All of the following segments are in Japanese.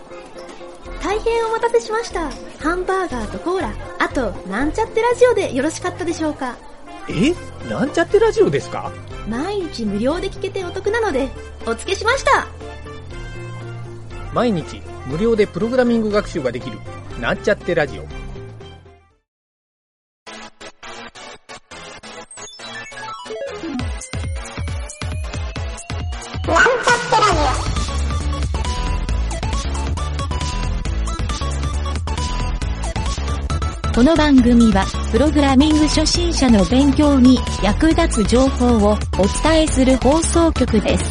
大変お待たせしました。ハンバーガーとコーラ、あとなんちゃってラジオでよろしかったでしょうか？ なんちゃってラジオですか？ 毎日無料で聞けてお得なのでお付けしました。 毎日無料でプログラミング学習ができるなんちゃってラジオ。 この番組はプログラミング初心者の勉強に役立つ情報をお伝えする放送局です。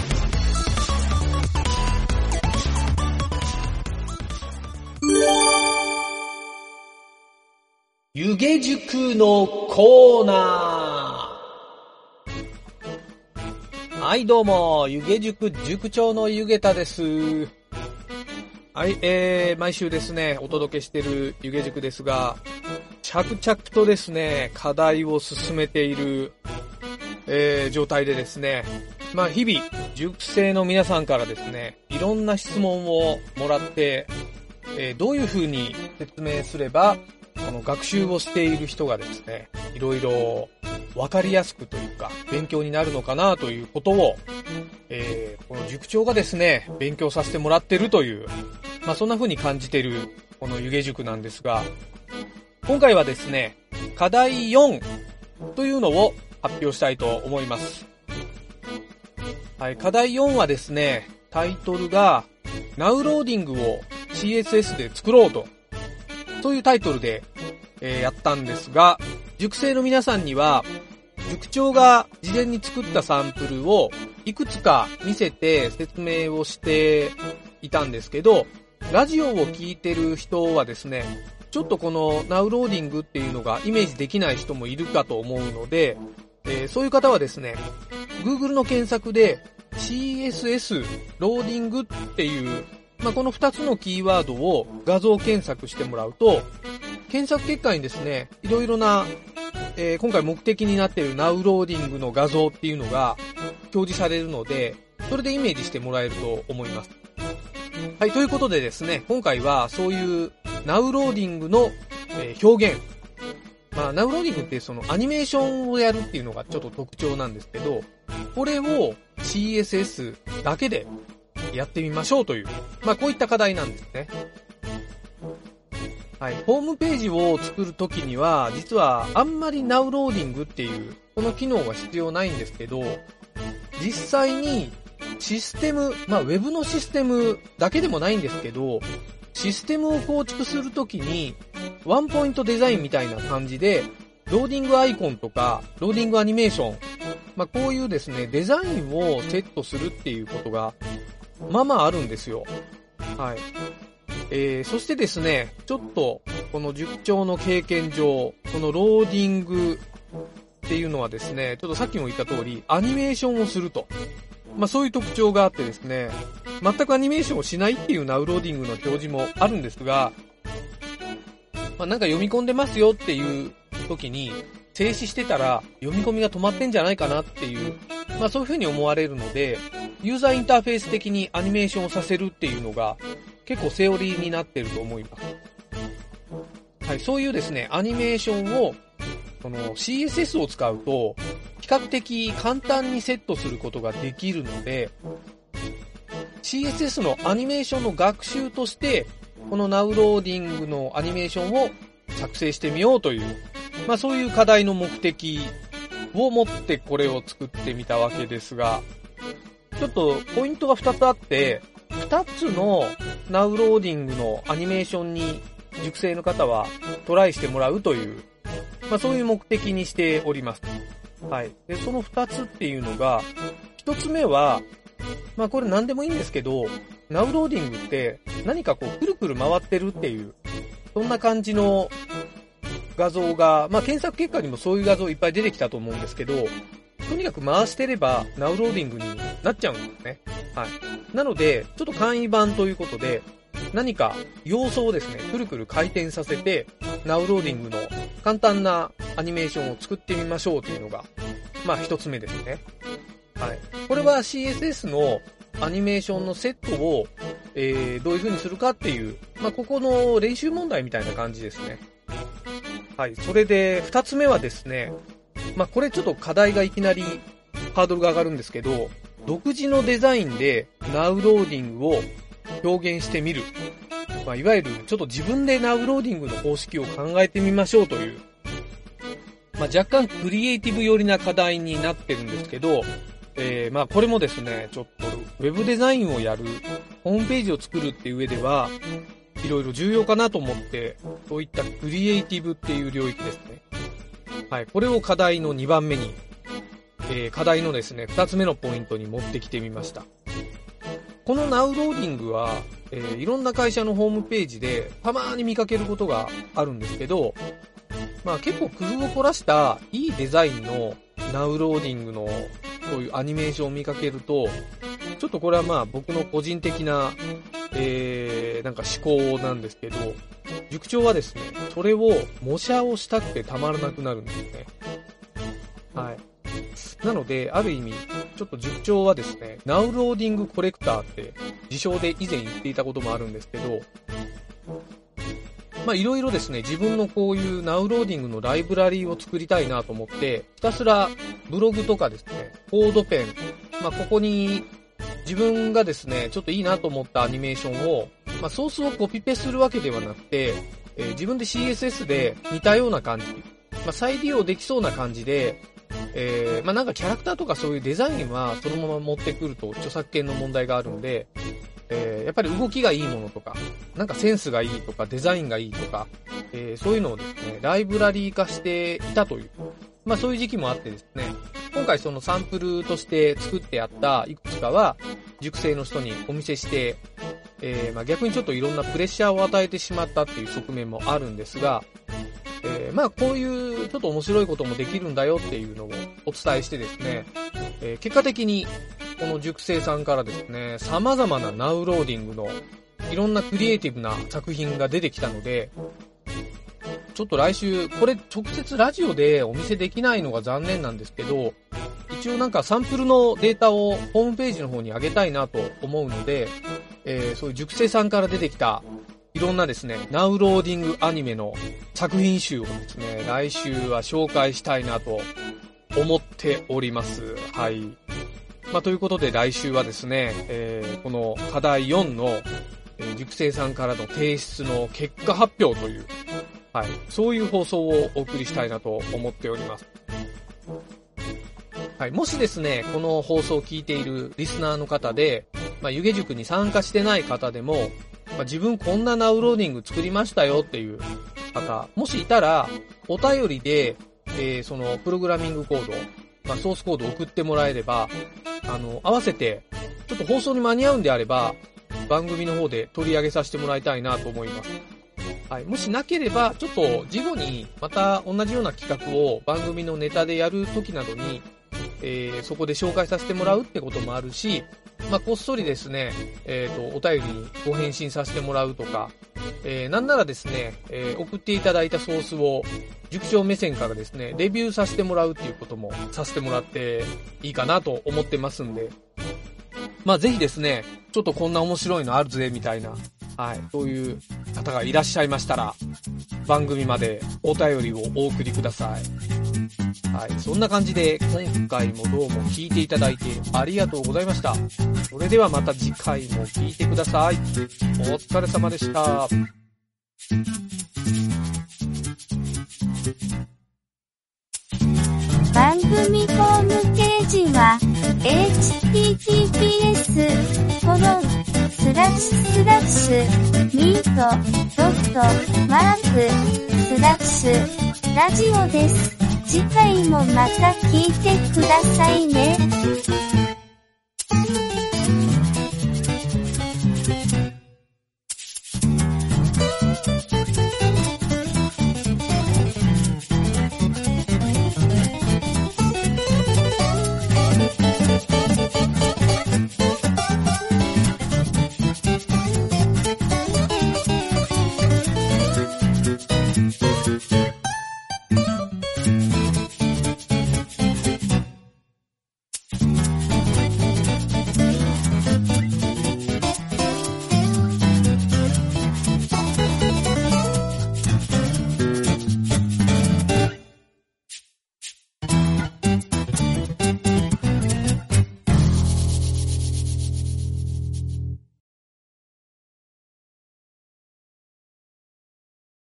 湯気塾のコーナー。はい、どうも湯気塾塾長の湯気田です。はい、毎週ですねお届けしている湯気塾ですが、着々とですね課題を進めている、状態でですね、日々塾生の皆さんからですねいろんな質問をもらって、どういう風に説明すればこの学習をしている人がですねいろいろ分かりやすくというか勉強になるのかなということを、この塾長がですね勉強させてもらっているという、そんな風に感じているこの湯気塾なんですが、今回はですね課題4というのを発表したいと思います。はい、課題4はですねタイトルが Now ローディングを CSS で作ろうと、そういうタイトルで、やったんですが、塾生の皆さんには塾長が事前に作ったサンプルをいくつか見せて説明をしていたんですけど、ラジオを聞いてる人はですねちょっとこの Now ローディングっていうのがイメージできない人もいるかと思うので、そういう方はですね Google の検索で CSS ローディングっていう、この2つのキーワードを画像検索してもらうと、検索結果にですねいろいろな、今回目的になっている Now ローディングの画像っていうのが表示されるので、それでイメージしてもらえると思います。はい、ということでですね今回はそういうNow ローディングの、表現、Now ローディングってそのアニメーションをやるっていうのがちょっと特徴なんですけど、これを CSS だけでやってみましょうという、こういった課題なんですね。はい、ホームページを作るときには実はあんまり Now ローディングっていうこの機能が必要ないんですけど、実際にシステム、ウェブのシステムだけでもないんですけど、システムを構築するときにワンポイントデザインみたいな感じでローディングアイコンとかローディングアニメーション、こういうですねデザインをセットするっていうことがあるんですよ。はい。そしてですねちょっとこの塾長の経験上、このローディングっていうのはですねちょっとさっきも言った通りアニメーションをすると、そういう特徴があってですね、全くアニメーションをしないっていうNowローディングの表示もあるんですが、なんか読み込んでますよっていう時に静止してたら読み込みが止まってんじゃないかなっていう、そういう風に思われるので、ユーザーインターフェース的にアニメーションをさせるっていうのが結構セオリーになってると思います。はい、そういうですねアニメーションをその CSS を使うと比較的簡単にセットすることができるので、CSS のアニメーションの学習としてこのNowローディングのアニメーションを作成してみようという、そういう課題の目的を持ってこれを作ってみたわけですが、ちょっとポイントが2つあって、2つのNowローディングのアニメーションに塾生の方はトライしてもらうという、そういう目的にしております。はい。で、その2つっていうのが、1つ目は、これ何でもいいんですけど、Nowローディングって何かこうくるくる回ってるっていう、そんな感じの画像が、検索結果にもそういう画像いっぱい出てきたと思うんですけど、とにかく回してればNowローディングになっちゃうんですね。はい。なので、ちょっと簡易版ということで、何か要素をですね、くるくる回転させて、Nowローディングの簡単なアニメーションを作ってみましょうというのが、一つ目ですね。はい。これは CSS のアニメーションのセットを、 どういう風にするかっていう、ここの練習問題みたいな感じですね。はい。それで、二つ目はですね、これちょっと課題がいきなりハードルが上がるんですけど、独自のデザインでナウローディングを表現してみる。いわゆるちょっと自分でナウローディングの方式を考えてみましょうという、若干クリエイティブ寄りな課題になってるんですけど、これもですね、ちょっとウェブデザインをやる、ホームページを作るっていう上では、いろいろ重要かなと思って、そういったクリエイティブっていう領域ですね。はい。これを課題の2番目に、課題のですね、2つ目のポイントに持ってきてみました。このナウローディングは、いろんな会社のホームページでたまに見かけることがあるんですけど、結構工夫を凝らしたいいデザインのナウローディングのそういうアニメーションを見かけると、ちょっとこれは僕の個人的な、思考なんですけど、塾長はですね、それを模写をしたくてたまらなくなるんですね。はい。なので、ある意味、ちょっと塾長はですね、ナウローディングコレクターって自称で以前言っていたこともあるんですけど、いろいろですね、自分のこういうナウローディングのライブラリーを作りたいなと思って、ひたすらブログとかですね、コードペン、ここに自分がですね、ちょっといいなと思ったアニメーションを、ソースをコピペするわけではなくて、自分で CSS で似たような感じ、再利用できそうな感じで、キャラクターとかそういうデザインはそのまま持ってくると著作権の問題があるんで、やっぱり動きがいいものとか、センスがいいとか、デザインがいいとか、そういうのをですね、ライブラリー化していたという、そういう時期もあってですね、今回そのサンプルとして作ってあったいくつかは、塾生の人にお見せして、逆にちょっといろんなプレッシャーを与えてしまったっていう側面もあるんですが、こういうちょっと面白いこともできるんだよっていうのをお伝えしてですね、結果的にこの塾生さんからですね、様々なナウローディングのいろんなクリエイティブな作品が出てきたので、ちょっと来週、これ直接ラジオでお見せできないのが残念なんですけど、一応サンプルのデータをホームページの方に上げたいなと思うので、そういう塾生さんから出てきたいろんなですね、ナウローディングアニメの作品集をですね、来週は紹介したいなと思っております。はい。ということで来週はですね、この課題4の、塾生さんからの提出の結果発表という、はい、そういう放送をお送りしたいなと思っております。はい、もしですね、この放送を聞いているリスナーの方で、湯気塾に参加してない方でも、自分こんなナウローディング作りましたよっていう方、もしいたら、お便りで、そのプログラミングコード、ソースコードを送ってもらえれば、合わせて、ちょっと放送に間に合うんであれば、番組の方で取り上げさせてもらいたいなと思います。はい。もしなければ、ちょっと事後にまた同じような企画を番組のネタでやる時などに、そこで紹介させてもらうってこともあるし、こっそりですね、お便りにご返信させてもらうとか、なんならですね、送っていただいたソースを塾長目線からですね、レビューさせてもらうっていうこともさせてもらっていいかなと思ってますんで、ぜひですね、ちょっとこんな面白いのあるぜみたいな、はい、そういう方がいらっしゃいましたら、番組までお便りをお送りください。はい、そんな感じで今回もどうも聞いていただいてありがとうございました。それではまた次回も聞いてください。お疲れ様でした。 番組ホームページは https://meet.mark/ラジオです。次回もまた聞いてくださいね。